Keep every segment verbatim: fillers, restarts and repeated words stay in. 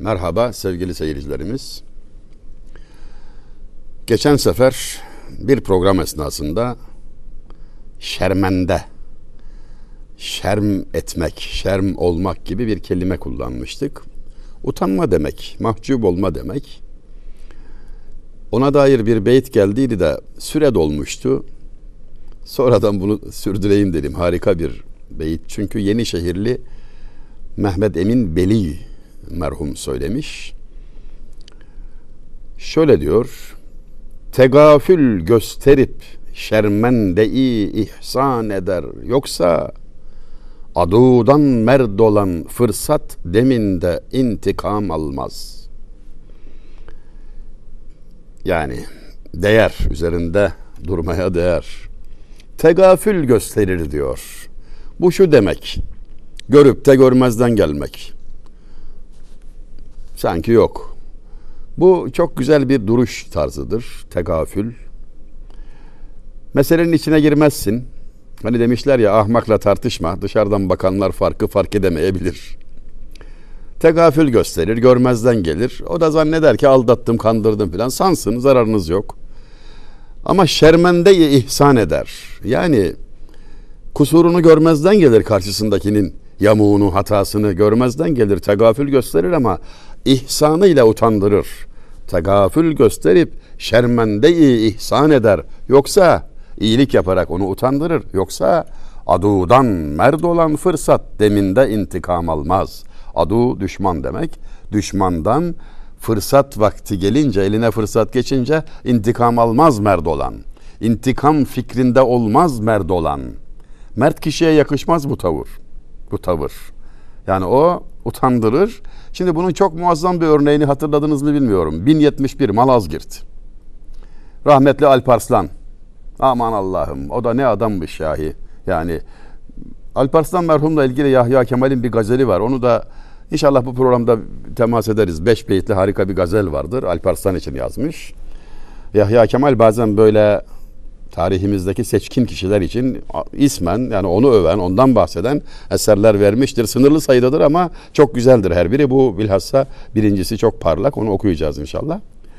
Merhaba sevgili seyircilerimiz. Geçen sefer bir program esnasında şermende, şerm etmek, şerm olmak gibi bir kelime kullanmıştık. Utanma demek, mahcup olma demek. Ona dair bir beyit geldiydi de süre dolmuştu. Sonradan bunu sürdüreyim dedim. Harika bir beyit. Çünkü Yenişehirli Mehmet Emin Beli merhum söylemiş. Şöyle diyor: tegafül gösterip şermende-i ihsan eder, yoksa adudan merd olan fırsat deminde intikam almaz. Yani değer, üzerinde durmaya değer. Tegafül gösterir diyor. Bu şu demek: görüp de görmezden gelmek. Sanki yok. Bu çok güzel bir duruş tarzıdır. Tegafül. Meselenin içine girmezsin. Hani demişler ya, ahmakla tartışma. Dışarıdan bakanlar farkı fark edemeyebilir. Tegafül gösterir, görmezden gelir. O da zanneder ki aldattım, kandırdım falan. Sansın, zararınız yok. Ama şermende-i ihsan eder. Yani kusurunu görmezden gelir, karşısındakinin yamuğunu, hatasını görmezden gelir. Tegafül gösterir ama ihsanıyla utandırır. Tegafül gösterip şermende-i ihsan eder. Yoksa iyilik yaparak onu utandırır. Yoksa adudan merd olan fırsat deminde intikam almaz. Adu düşman demek. Düşmandan fırsat vakti gelince, eline fırsat geçince intikam almaz merd olan. İntikam fikrinde olmaz merd olan. Mert kişiye yakışmaz bu tavır. Bu tavır. Yani o utandırır. Şimdi bunun çok muazzam bir örneğini hatırladınız mı bilmiyorum. bin yetmiş bir Malazgirt. Rahmetli Alparslan. Aman Allah'ım, o da ne adammış şahi. Yani Alparslan merhumla ilgili Yahya Kemal'in bir gazeli var. Onu da inşallah bu programda temas ederiz. Beş beyitli harika bir gazel vardır. Alparslan için yazmış. Yahya Kemal bazen böyle tarihimizdeki seçkin kişiler için ismen, yani onu öven, ondan bahseden eserler vermiştir. Sınırlı sayıdadır ama çok güzeldir her biri. Bu bilhassa birincisi çok parlak. Onu okuyacağız inşallah.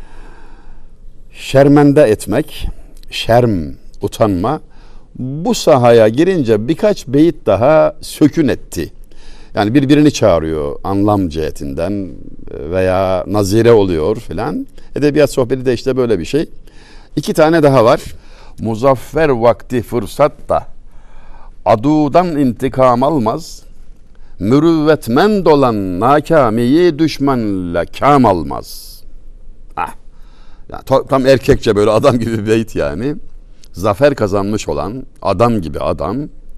Şermende etmek, şerm, utanma. Bu sahaya girince birkaç beyit daha sökün etti. Yani birbirini çağırıyor anlam cihetinden veya nazire oluyor filan. Edebiyat sohbeti de işte böyle bir şey. İki tane daha var. Muzaffer vakti fırsatta adudan intikam almaz. Mürüvvetmend olan nakamiyi düşmanla kam almaz. Ah. Yani tam erkekçe böyle adam gibi bir beyit yani. Zafer kazanmış olan adam gibi adam.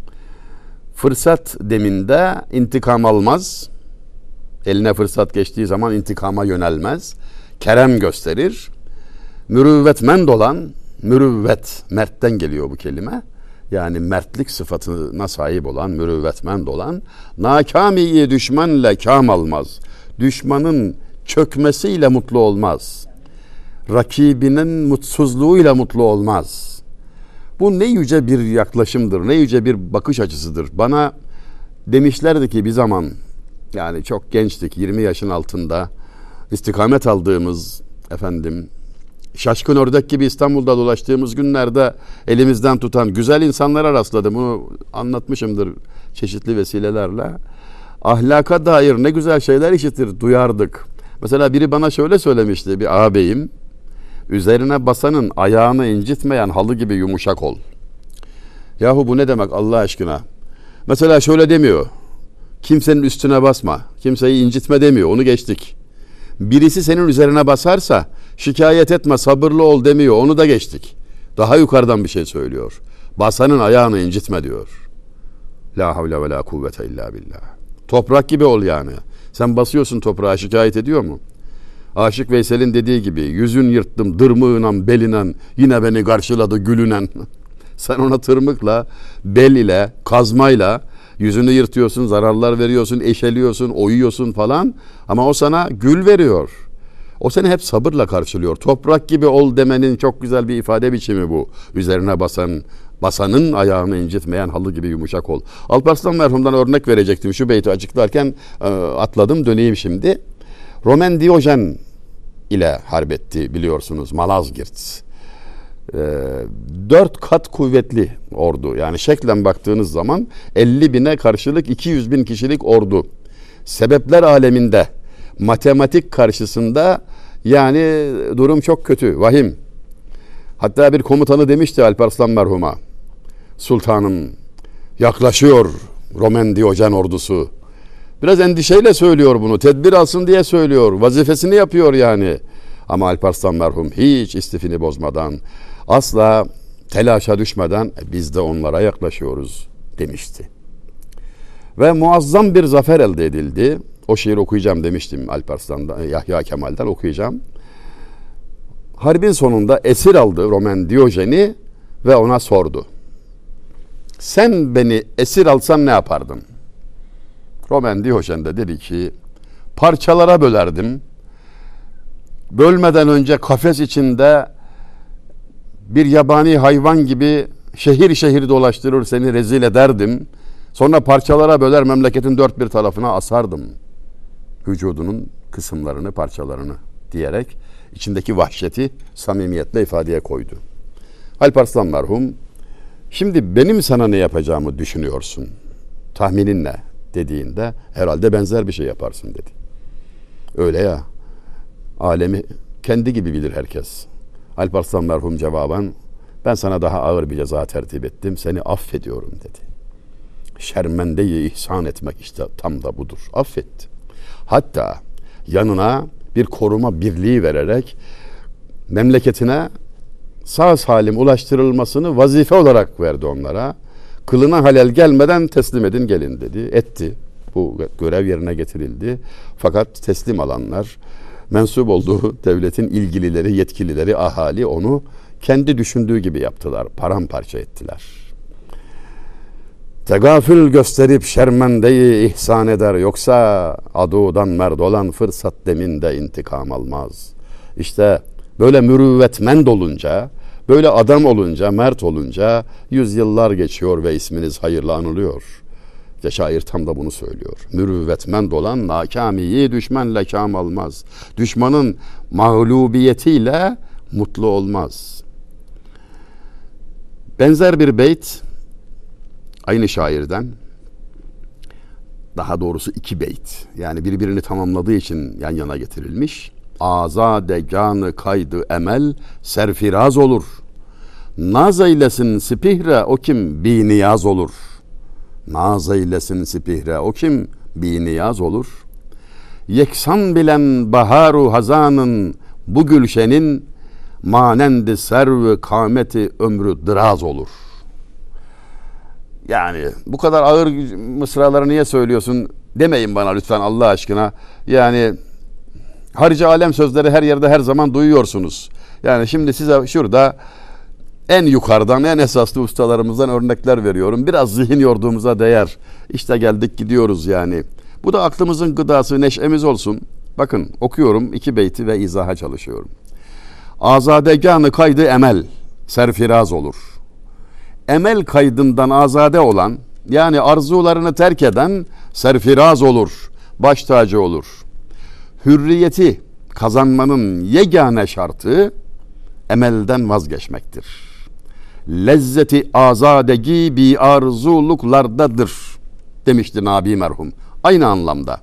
Fırsat deminde intikam almaz. Eline fırsat geçtiği zaman intikama yönelmez. Kerem gösterir. Mürüvvetmend olan, mürüvvet, mertten geliyor bu kelime. Yani mertlik sıfatına sahip olan, mürüvvetmend olan, nakamiyi düşmanla kam almaz. Düşmanın çökmesiyle mutlu olmaz. Rakibinin mutsuzluğuyla mutlu olmaz. Bu ne yüce bir yaklaşımdır, ne yüce bir bakış açısıdır. Bana demişlerdi ki bir zaman, yani çok gençtik, yirmi yaşın altında istikamet aldığımız efendim, şaşkın ördek gibi İstanbul'da dolaştığımız günlerde elimizden tutan güzel insanlara rastladım. Bunu anlatmışımdır çeşitli vesilelerle. Ahlaka dair ne güzel şeyler işitir, duyardık. Mesela biri bana şöyle söylemişti, bir ağabeyim. Üzerine basanın ayağını incitmeyen halı gibi yumuşak ol. Yahu bu ne demek Allah aşkına? Mesela şöyle demiyor. Kimsenin üstüne basma, kimseyi incitme demiyor, onu geçtik. Birisi senin üzerine basarsa şikayet etme, sabırlı ol demiyor, onu da geçtik. Daha yukarıdan bir şey söylüyor. Basanın ayağını incitme diyor. La havle ve la kuvvete illa billah. Toprak gibi ol yani. Sen basıyorsun toprağa, şikayet ediyor mu? Aşık Veysel'in dediği gibi, yüzün yırttım dırmığınan belinen, yine beni karşıladı gülünen. Sen ona tırmıkla, bel ile, kazmayla yüzünü yırtıyorsun, zararlar veriyorsun, eşeliyorsun, oyuyorsun falan. Ama o sana gül veriyor. O seni hep sabırla karşılıyor. Toprak gibi ol demenin çok güzel bir ifade biçimi bu. Üzerine basan, basanın ayağını incitmeyen halı gibi yumuşak ol. Alparslan merhumdan örnek verecektim şu beyti açıklarken, atladım, döneyim şimdi. Roman Diyojen ile harbetti biliyorsunuz Malazgirt. Ee, dört kat kuvvetli ordu. Yani şeklen baktığınız zaman elli bine karşılık iki yüz bin kişilik ordu. Sebepler aleminde, matematik karşısında yani durum çok kötü, vahim. Hatta bir komutanı demişti Alparslan merhuma, sultanım yaklaşıyor Roman Diyojen ordusu. Biraz endişeyle söylüyor bunu, tedbir alsın diye söylüyor, vazifesini yapıyor yani. Ama Alparslan merhum hiç istifini bozmadan, asla telaşa düşmeden biz de onlara yaklaşıyoruz demişti. Ve muazzam bir zafer elde edildi. O şiiri okuyacağım demiştim Alparslan'dan, Yahya Kemal'den okuyacağım. Harbin sonunda esir aldı Roman Diyojen'i ve ona sordu. Sen beni esir alsan ne yapardın? Roman Diyojen de dedi ki parçalara bölerdim. Bölmeden önce kafes içinde bir yabani hayvan gibi şehir şehir dolaştırır seni rezil ederdim. Sonra parçalara böler memleketin dört bir tarafına asardım. Vücudunun kısımlarını, parçalarını diyerek içindeki vahşeti samimiyetle ifadeye koydu. Alparslan merhum, şimdi benim sana ne yapacağımı düşünüyorsun? Tahminin ne? Dediğinde herhalde benzer bir şey yaparsın dedi. Öyle ya, alemi kendi gibi bilir herkes. Alparslan merhum cevaben, ben sana daha ağır bir ceza tertip ettim, seni affediyorum dedi. Şermendeyi ihsan etmek işte tam da budur. Affetti. Hatta yanına bir koruma birliği vererek memleketine sağ salim ulaştırılmasını vazife olarak verdi onlara. Kılına halel gelmeden teslim edin gelin dedi. Etti. Bu görev yerine getirildi. Fakat teslim alanlar, mensup olduğu devletin ilgilileri, yetkilileri, ahali onu kendi düşündüğü gibi yaptılar. Paramparça ettiler. Tegafül gösterip şermendeyi ihsan eder, yoksa adudan merd olan fırsat deminde intikam almaz. İşte böyle mürüvvetmend olunca, böyle adam olunca, mert olunca yüzyıllar geçiyor ve isminiz hayırlı anılıyor. İşte şair tam da bunu söylüyor. Mürüvvetmend olan nakamiyi düşman lekam almaz. Düşmanın mağlubiyetiyle mutlu olmaz. Benzer bir beyt aynı şairden, daha doğrusu iki beyt, yani birbirini tamamladığı için yan yana getirilmiş. Azadeganı kaydı emel serfiraz olur. Naz eylesin sipihre o kim biniyaz olur. Naz eylesin sipihre o kim biniyaz olur. Yeksan bilen baharu hazanın bu gülşenin manendi serv kâmeti ömrü dıraz olur. Yani bu kadar ağır mısraları niye söylüyorsun demeyin bana lütfen Allah aşkına. Yani harici alem sözleri her yerde her zaman duyuyorsunuz. Yani şimdi size şurada en yukarıdan, en esaslı ustalarımızdan örnekler veriyorum. Biraz zihin yorduğumuza değer. İşte geldik gidiyoruz yani. Bu da aklımızın gıdası, neşemiz olsun. Bakın okuyorum iki beyti ve izaha çalışıyorum. Azadeganı kaydı emel serfiraz olur. Emel kaydından azade olan, yani arzularını terk eden serfiraz olur, baş tacı olur. Hürriyeti kazanmanın yegane şartı emelden vazgeçmektir. Lezzeti azadegi bi arzuluklardadır demişti Nabi merhum. Aynı anlamda.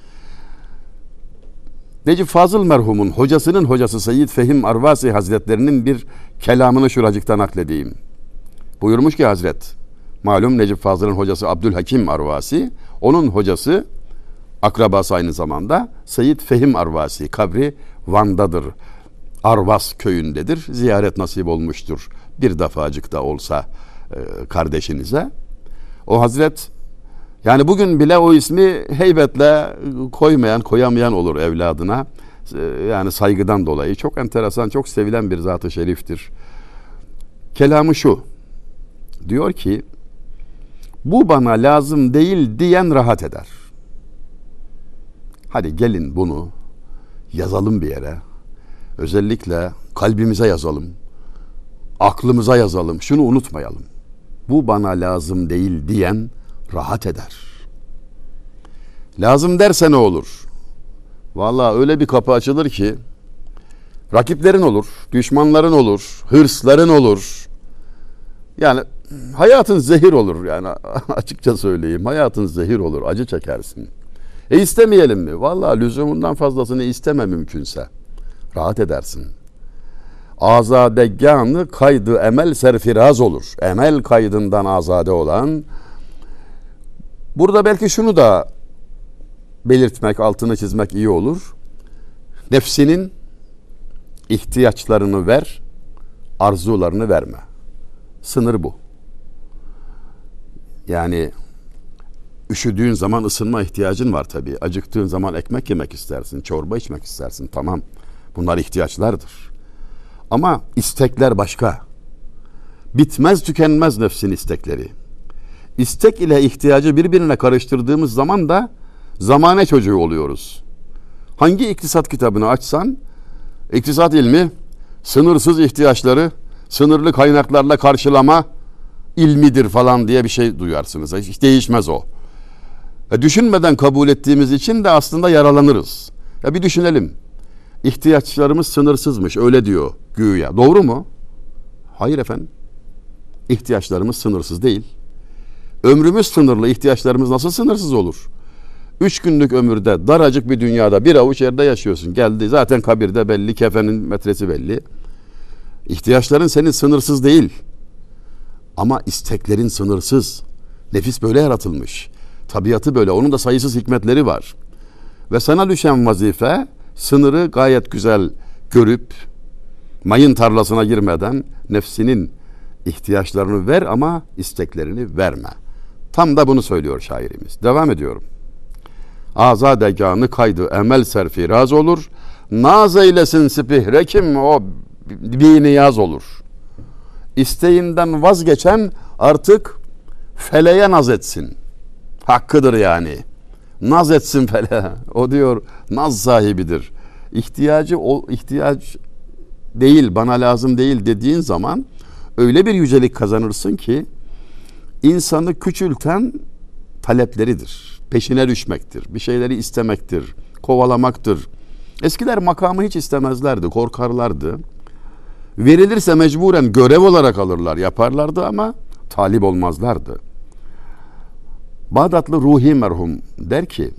Necip Fazıl merhumun hocasının hocası Seyyid Fehim Arvasi Hazretlerinin bir kelamını şuracıkta nakledeyim. Buyurmuş ki Hazret, malum Necip Fazıl'ın hocası Abdülhakim Arvasi, onun hocası, akrabası aynı zamanda Seyyid Fehim Arvasi, kabri Van'dadır. Arvas köyündedir. Ziyaret nasip olmuştur bir defacık da olsa e, kardeşinize. O Hazret, yani bugün bile o ismi heybetle koymayan, koyamayan olur evladına. E, yani saygıdan dolayı. Çok enteresan, çok sevilen bir zat-ı şeriftir. Kelamı şu. Diyor ki, bu bana lazım değil diyen rahat eder. Hadi gelin bunu yazalım bir yere. Özellikle kalbimize yazalım. Aklımıza yazalım. Şunu unutmayalım. Bu bana lazım değil diyen rahat eder. Lazım derse ne olur? Vallahi öyle bir kapı açılır ki rakiplerin olur, düşmanların olur, hırsların olur. Yani hayatın zehir olur yani açıkça söyleyeyim. Hayatın zehir olur, acı çekersin. E istemeyelim mi? Vallahi lüzumundan fazlasını isteme mümkünse. Rahat edersin. Azadegânı kaydı emel serfiraz olur. Emel kaydından azade olan. Burada belki şunu da belirtmek, altını çizmek iyi olur. Nefsinin ihtiyaçlarını ver, arzularını verme. Sınır bu. Yani üşüdüğün zaman ısınma ihtiyacın var tabii. Acıktığın zaman ekmek yemek istersin, çorba içmek istersin. Tamam, bunlar ihtiyaçlardır. Ama istekler başka. Bitmez tükenmez nefsin istekleri. İstek ile ihtiyacı birbirine karıştırdığımız zaman da zamane çocuğu oluyoruz. Hangi iktisat kitabını açsan, iktisat ilmi sınırsız ihtiyaçları sınırlı kaynaklarla karşılama ilmidir falan diye bir şey duyarsınız. Hiç değişmez o. E düşünmeden kabul ettiğimiz için de aslında yaralanırız. Ya bir düşünelim. İhtiyaçlarımız sınırsızmış öyle diyor güya. Doğru mu? Hayır efendim. İhtiyaçlarımız sınırsız değil. Ömrümüz sınırlı, ihtiyaçlarımız nasıl sınırsız olur? Üç günlük ömürde daracık bir dünyada bir avuç yerde yaşıyorsun. Geldi zaten kabirde belli, kefenin metresi belli. İhtiyaçların senin sınırsız değil. Ama isteklerin sınırsız. Nefis böyle yaratılmış. Tabiatı böyle. Onun da sayısız hikmetleri var. Ve sana düşen vazife sınırı gayet güzel görüp mayın tarlasına girmeden nefsinin ihtiyaçlarını ver ama isteklerini verme. Tam da bunu söylüyor şairimiz. Devam ediyorum. Azadegânı kaydı emel serfiraz olur. Naz eylesin sipihre kim o biniyaz olur. İsteğinden vazgeçen artık feleğe naz etsin. Hakkıdır yani. Naz etsin feleğe. O diyor naz sahibidir. İhtiyacı o ihtiyaç değil, bana lazım değil dediğin zaman öyle bir yücelik kazanırsın ki insanı küçülten talepleridir. Peşine düşmektir. Bir şeyleri istemektir. Kovalamaktır. Eskiler makamı hiç istemezlerdi. Korkarlardı. Verilirse mecburen görev olarak alırlar. Yaparlardı ama talip olmazlardı. Bağdatlı Ruhi merhum der ki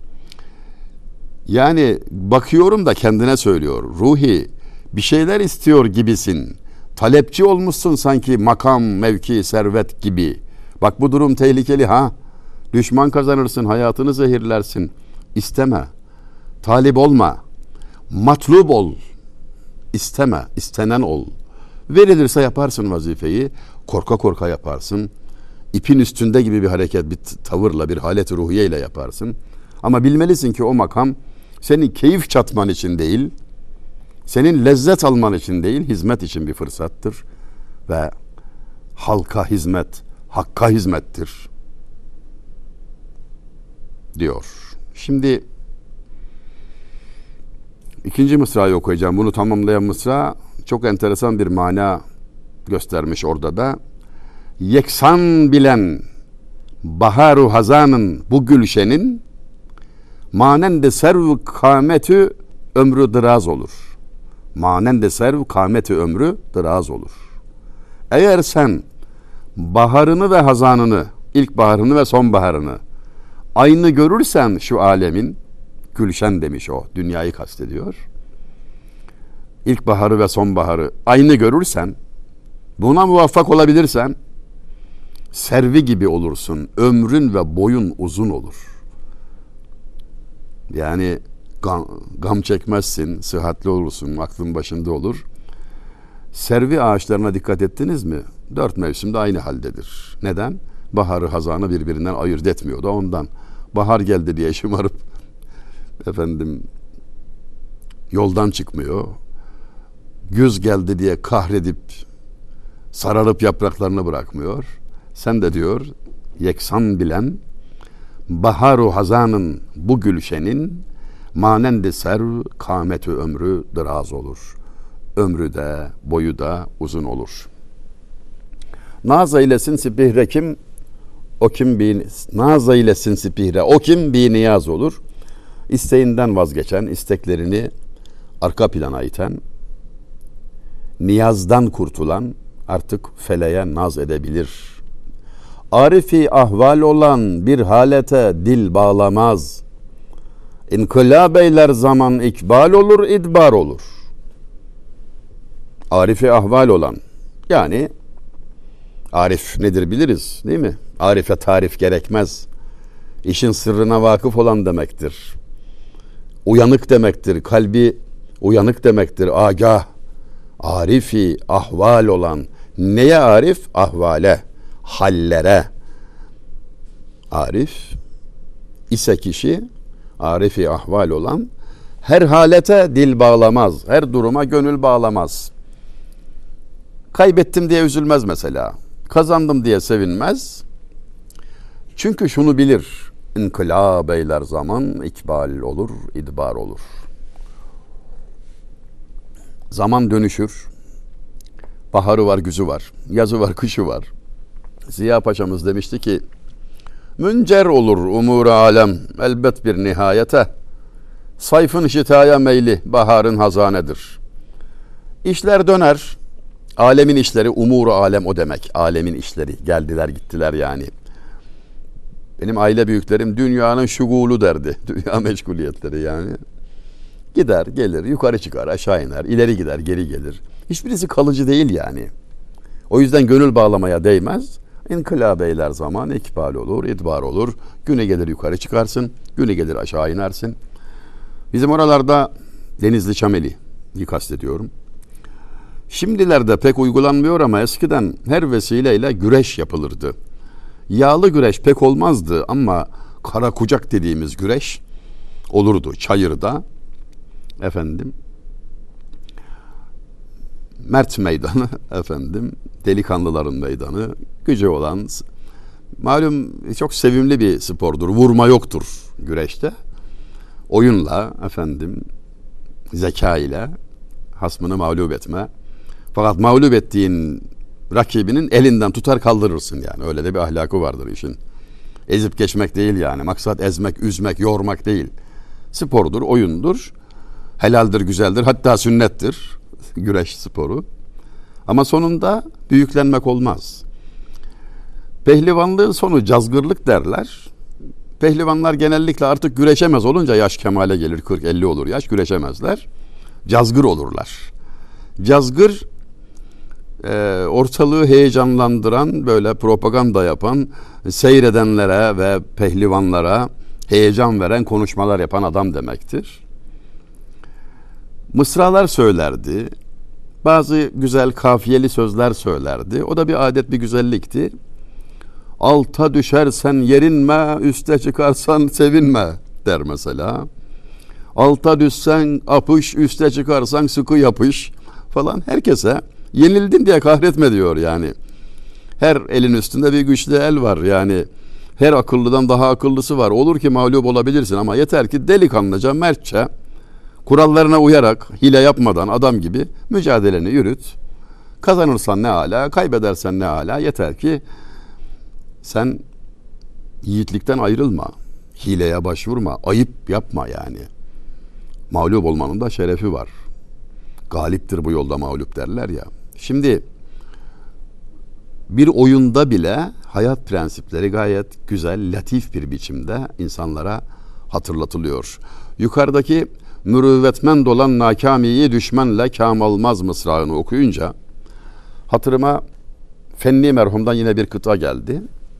yani bakıyorum da kendine söylüyor. Ruhi bir şeyler istiyor gibisin. Talepçi olmuşsun sanki makam, mevki, servet gibi. Bak bu durum tehlikeli ha. Düşman kazanırsın, hayatını zehirlersin. İsteme. Talip olma. Matlub ol. İsteme. İstenen ol. Verilirse yaparsın vazifeyi. Korka korka yaparsın. İpin üstünde gibi bir hareket, bir tavırla, bir halet-i ruhiye ile yaparsın. Ama bilmelisin ki o makam senin keyif çatman için değil, senin lezzet alman için değil, hizmet için bir fırsattır. Ve halka hizmet, hakka hizmettir diyor. Şimdi ikinci mısrayı okuyacağım. Bunu tamamlayan mısra çok enteresan bir mana göstermiş orada da. Yeksan bilen baharu hazanın bu gülşenin manende serv kâmetü ömrü dıraz olur. Manende serv kâmetü ömrü dıraz olur. Eğer sen baharını ve hazanını, ilkbaharını ve sonbaharını aynı görürsen şu alemin, gülşen demiş o, dünyayı kastediyor. İlkbaharı ve sonbaharı aynı görürsen, buna muvaffak olabilirsen, servi gibi olursun. Ömrün ve boyun uzun olur. Yani gam, gam çekmezsin, sıhhatli olursun, aklın başında olur. Servi ağaçlarına dikkat ettiniz mi? Dört mevsimde aynı haldedir. Neden? Baharı, hazanı birbirinden ayırt etmiyor da ondan. Bahar geldi diye şımarıp efendim yoldan çıkmıyor. Güz geldi diye kahredip sararıp yapraklarını bırakmıyor. Sen de diyor yeksan bilen baharu hazanın bu gülşenin manende serv kâmetü ömrü dıraz olur. Ömrü de boyu da uzun olur. Naz eylesin sipihre kim o kim bin naz eylesin sipihre o kim bi niyaz olur. isteğinden vazgeçen, isteklerini arka plana iten, niyazdan kurtulan artık feleğe naz edebilir. Arifi ahval olan bir halete dil bağlamaz. İnkılâb eyler zaman ikbal olur, idbar olur. Arifi ahval olan, yani arif nedir biliriz değil mi? Arife tarif gerekmez. İşin sırrına vakıf olan demektir. Uyanık demektir. Kalbi uyanık demektir. Agah. Arifi ahval olan. Neye arif? Ahvale, hallere. Arif ise kişi, arifi ahval olan, her halete dil bağlamaz. Her duruma gönül bağlamaz. Kaybettim diye üzülmez mesela. Kazandım diye sevinmez. Çünkü şunu bilir. İnkılâb eyler zaman ikbal olur, idbar olur. Zaman dönüşür. Baharı var, güzü var. Yazı var, kışı var. Ziya Paşa'mız demişti ki, müncer olur umur alem elbet bir nihayete. Sayfın şitaya meyli baharın hazanedir. İşler döner. Alemin işleri, umur alem o demek. Alemin işleri. Geldiler gittiler yani. Benim aile büyüklerim dünyanın şugulu derdi. Dünya meşguliyetleri yani. Gider, gelir, yukarı çıkar, aşağı iner, ileri gider, geri gelir. Hiçbirisi kalıcı değil yani. O yüzden gönül bağlamaya değmez. İnkılâb eyler zaman ikbal olur, idbar olur. Güne gelir yukarı çıkarsın, güne gelir aşağı inersin. Bizim oralarda Denizli Çameli'yi kastediyorum. Şimdilerde pek uygulanmıyor ama eskiden her vesileyle güreş yapılırdı. Yağlı güreş pek olmazdı ama kara kucak dediğimiz güreş olurdu çayırda. Efendim, Mert Meydanı, efendim, delikanlıların meydanı, gücü olan, malum çok sevimli bir spordur. Vurma yoktur güreşte. Oyunla, efendim, zeka ile hasmını mağlup etme. Fakat mağlup ettiğin rakibinin elinden tutar kaldırırsın yani. Öyle de bir ahlakı vardır işin. Ezip geçmek değil yani. Maksat ezmek, üzmek, yormak değil. Spordur, oyundur. Helaldir, güzeldir, hatta sünnettir güreş sporu. Ama sonunda büyüklenmek olmaz. Pehlivanlığın sonu cazgırlık derler. Pehlivanlar genellikle artık güreşemez olunca yaş kemale gelir, kırk elli olur yaş, güreşemezler. Cazgır olurlar. Cazgır e, ortalığı heyecanlandıran, böyle propaganda yapan, seyredenlere ve pehlivanlara heyecan veren konuşmalar yapan adam demektir. Mısralar söylerdi. Bazı güzel kafiyeli sözler söylerdi. O da bir adet, bir güzellikti. Alta düşersen yerinme, üste çıkarsan sevinme der mesela. Alta düşsen apış, üste çıkarsan sıkı yapış falan. Herkese yenildin diye kahretme diyor yani. Her elin üstünde bir güçlü el var yani. Her akıllıdan daha akıllısı var. Olur ki mağlup olabilirsin ama yeter ki delikanlıca, mertçe, kurallarına uyarak, hile yapmadan adam gibi mücadeleni yürüt. Kazanırsan ne âlâ, kaybedersen ne âlâ. Yeter ki sen yiğitlikten ayrılma. Hileye başvurma. Ayıp yapma yani. Mağlup olmanın da şerefi var. Galiptir bu yolda mağlup derler ya. Şimdi bir oyunda bile hayat prensipleri gayet güzel, latif bir biçimde insanlara hatırlatılıyor. Yukarıdaki mürüvvetmen dolan nakamiyi düşmenle kâm almaz mısrağını okuyunca hatırıma Fenni merhumdan yine bir kıta geldi.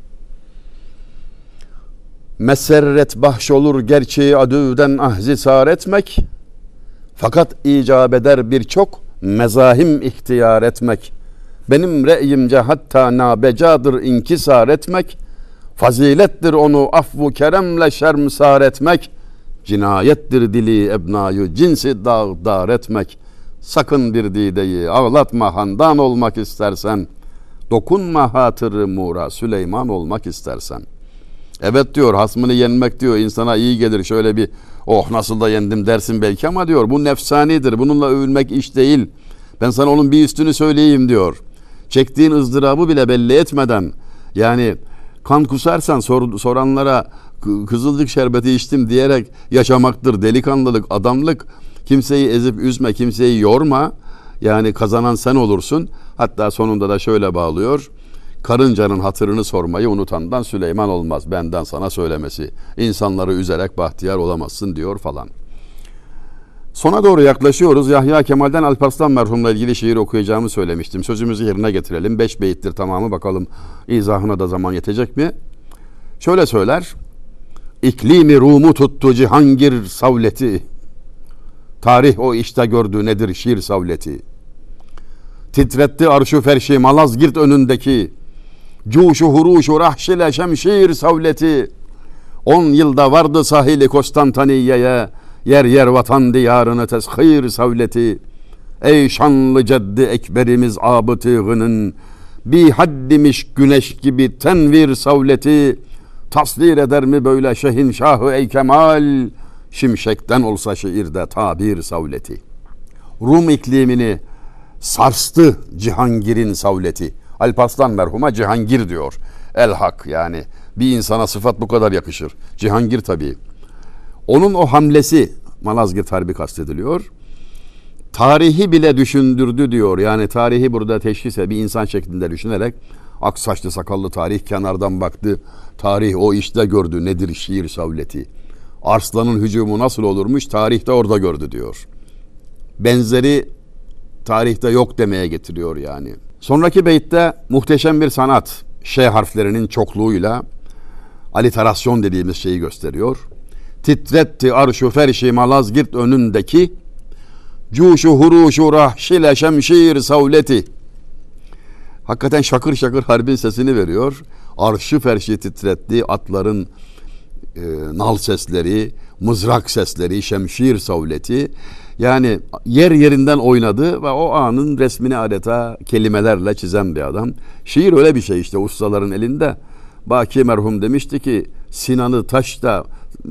Meserret bahşolur gerçeği adüvden ahzi sar etmek, fakat icap eder birçok mezahim ihtiyar etmek. Benim re'yimce hatta nabecadır inkisar etmek, fazilettir onu afvu keremle şermsar etmek, cinayettir dili ebnayı cinsi dağdar etmek. Sakın bir dideyi ağlatma, handan olmak istersen, dokunma hatırı Mura Süleyman olmak istersen. Evet diyor, hasmını yenmek diyor insana iyi gelir, şöyle bir oh nasıl da yendim dersin belki ama diyor bu nefsanidir, bununla övülmek iş değil. Ben sana onun bir üstünü söyleyeyim diyor. Çektiğin ızdırabı bile belli etmeden, yani kan kusarsan sor, soranlara Kızılcık şerbeti içtim diyerek yaşamaktır delikanlılık, adamlık. Kimseyi ezip üzme, kimseyi yorma. Yani kazanan sen olursun. Hatta sonunda da şöyle bağlıyor. Karıncanın hatırını sormayı unutandan Süleyman olmaz. Benden sana söylemesi. İnsanları üzerek bahtiyar olamazsın diyor falan. Sona doğru yaklaşıyoruz. Yahya Kemal'den Alparslan merhumla ilgili şiir okuyacağımı söylemiştim. Sözümüzü yerine getirelim. Beş beyittir tamamı, bakalım izahına da zaman yetecek mi? Şöyle söyler. İklimi Rum'u tuttu Cihangir savleti. Tarih o işte gördü nedir şiir savleti. Titretti arşu ferşi Malazgirt önündeki. Cuşu huruşu rahşile şemşir savleti. On yılda vardı sahili Konstantiniye'ye. Yer yer vatan diyarını tezhir savleti. Ey şanlı ceddi ekberimiz abı tığının. Bi haddimiş güneş gibi tenvir savleti. Tasdir eder mi böyle şehinşahı ey kemal? Şimşekten olsa şiirde tabir savleti. Rum iklimini sarstı Cihangir'in savleti. Alparslan merhuma Cihangir diyor. El-Hak, yani bir insana sıfat bu kadar yakışır. Cihangir tabii. Onun o hamlesi, Malazgirt Harbi kastediliyor. Tarihi bile düşündürdü diyor. Yani tarihi burada teşhise bir insan şeklinde düşünerek, ak saçlı sakallı tarih kenardan baktı. Tarih o işte gördü nedir şiir savleti. Arslanın hücumu nasıl olurmuş tarihte orada gördü diyor. Benzeri tarihte yok demeye getiriyor yani. Sonraki beytte muhteşem bir sanat. Ş harflerinin çokluğuyla aliterasyon dediğimiz şeyi gösteriyor. Titretti arşu ferşi Malazgirt önündeki. Cuşu huruşu rahşile şemşir savleti. Hakikaten şakır şakır harbin sesini veriyor. Arşı ferşi titretti, atların e, nal sesleri, mızrak sesleri, şemşir savleti. Yani yer yerinden oynadı ve o anın resmini adeta kelimelerle çizen bir adam. Şiir öyle bir şey işte ustaların elinde. Baki merhum demişti ki Sinan'ı taşta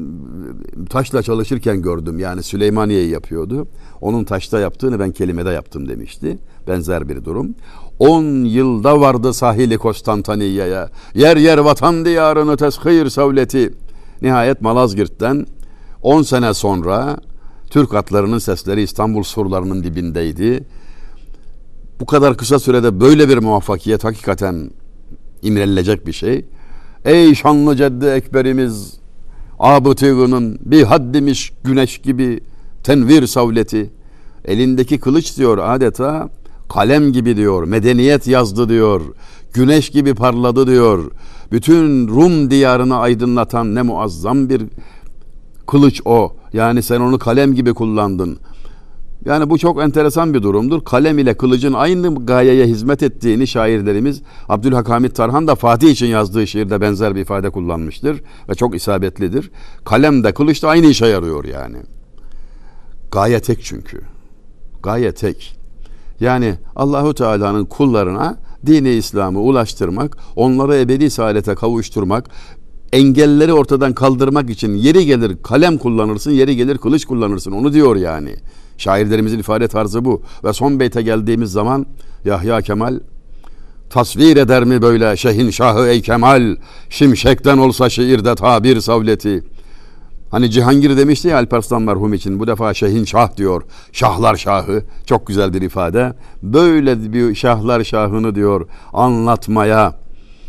taşla çalışırken gördüm. Yani Süleymaniye'yi yapıyordu. Onun taşta yaptığını ben kelimede yaptım demişti. Benzer bir durum. On yılda vardı sahili Konstantiniye'ye. Yer yer vatan diyarını tezhir savleti. Nihayet Malazgirt'ten on sene sonra Türk atlarının sesleri İstanbul surlarının dibindeydi. Bu kadar kısa sürede böyle bir muvaffakiyet hakikaten imrenilecek bir şey. Ey şanlı ceddi ekberimiz abı tığının bir haddimiş güneş gibi tenvir savleti. Elindeki kılıç diyor adeta kalem gibi diyor. Medeniyet yazdı diyor. Güneş gibi parladı diyor. Bütün Rum diyarını aydınlatan ne muazzam bir kılıç o. Yani sen onu kalem gibi kullandın. Yani bu çok enteresan bir durumdur. Kalem ile kılıcın aynı gayeye hizmet ettiğini şairlerimiz Abdülhak Hamit Tarhan da Fatih için yazdığı şiirde benzer bir ifade kullanmıştır. Ve çok isabetlidir. Kalem de kılıç da aynı işe yarıyor yani. Gaye tek çünkü. Gaye tek. Yani Allahu Teala'nın kullarına dini İslam'ı ulaştırmak, onları ebedi saadete kavuşturmak, engelleri ortadan kaldırmak için yeri gelir kalem kullanırsın, yeri gelir kılıç kullanırsın. Onu diyor yani. Şairlerimizin ifade tarzı bu. Ve son beyte geldiğimiz zaman Yahya Kemal tasvir eder mi böyle şehinşahı ey Kemal, şimşekten olsa şiirde tabir savleti. Hani Cihangir demişti ya Alparslan merhum için, bu defa şehinşah diyor. Şahlar şahı, çok güzel bir ifade. Böyle bir şahlar şahını diyor anlatmaya.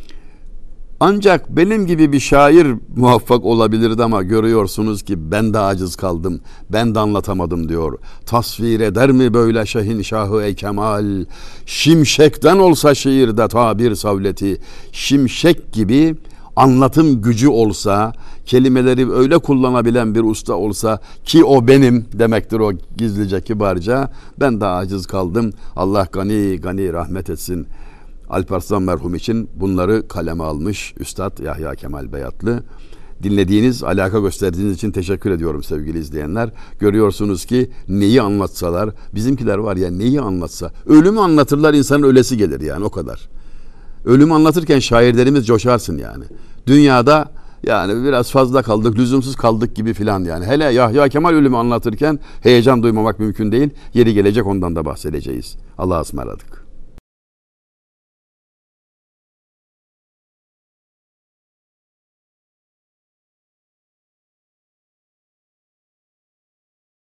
Ancak benim gibi bir şair muvaffak olabilirdi ama görüyorsunuz ki ben de aciz kaldım. Ben de anlatamadım diyor. Tasvir eder mi böyle şehinşahı ey Kemal? Şimşekten olsa şiirde tabir savleti. Şimşek gibi anlatım gücü olsa, kelimeleri öyle kullanabilen bir usta olsa ki o benim demektir o gizlice kibarca. Ben de aciz kaldım. Allah gani gani rahmet etsin. Alparslan merhum için bunları kaleme almış Üstad Yahya Kemal Beyatlı. Dinlediğiniz, alaka gösterdiğiniz için teşekkür ediyorum sevgili izleyenler. Görüyorsunuz ki neyi anlatsalar, bizimkiler var ya neyi anlatsa, ölümü anlatırlar insanın ölesi gelir yani o kadar. Ölümü anlatırken şairlerimiz coşarsın yani. Dünyada yani biraz fazla kaldık, lüzumsuz kaldık gibi filan yani. Hele Yahya Kemal ölümü anlatırken heyecan duymamak mümkün değil. Yeri gelecek ondan da bahsedeceğiz. Allah'a ısmarladık.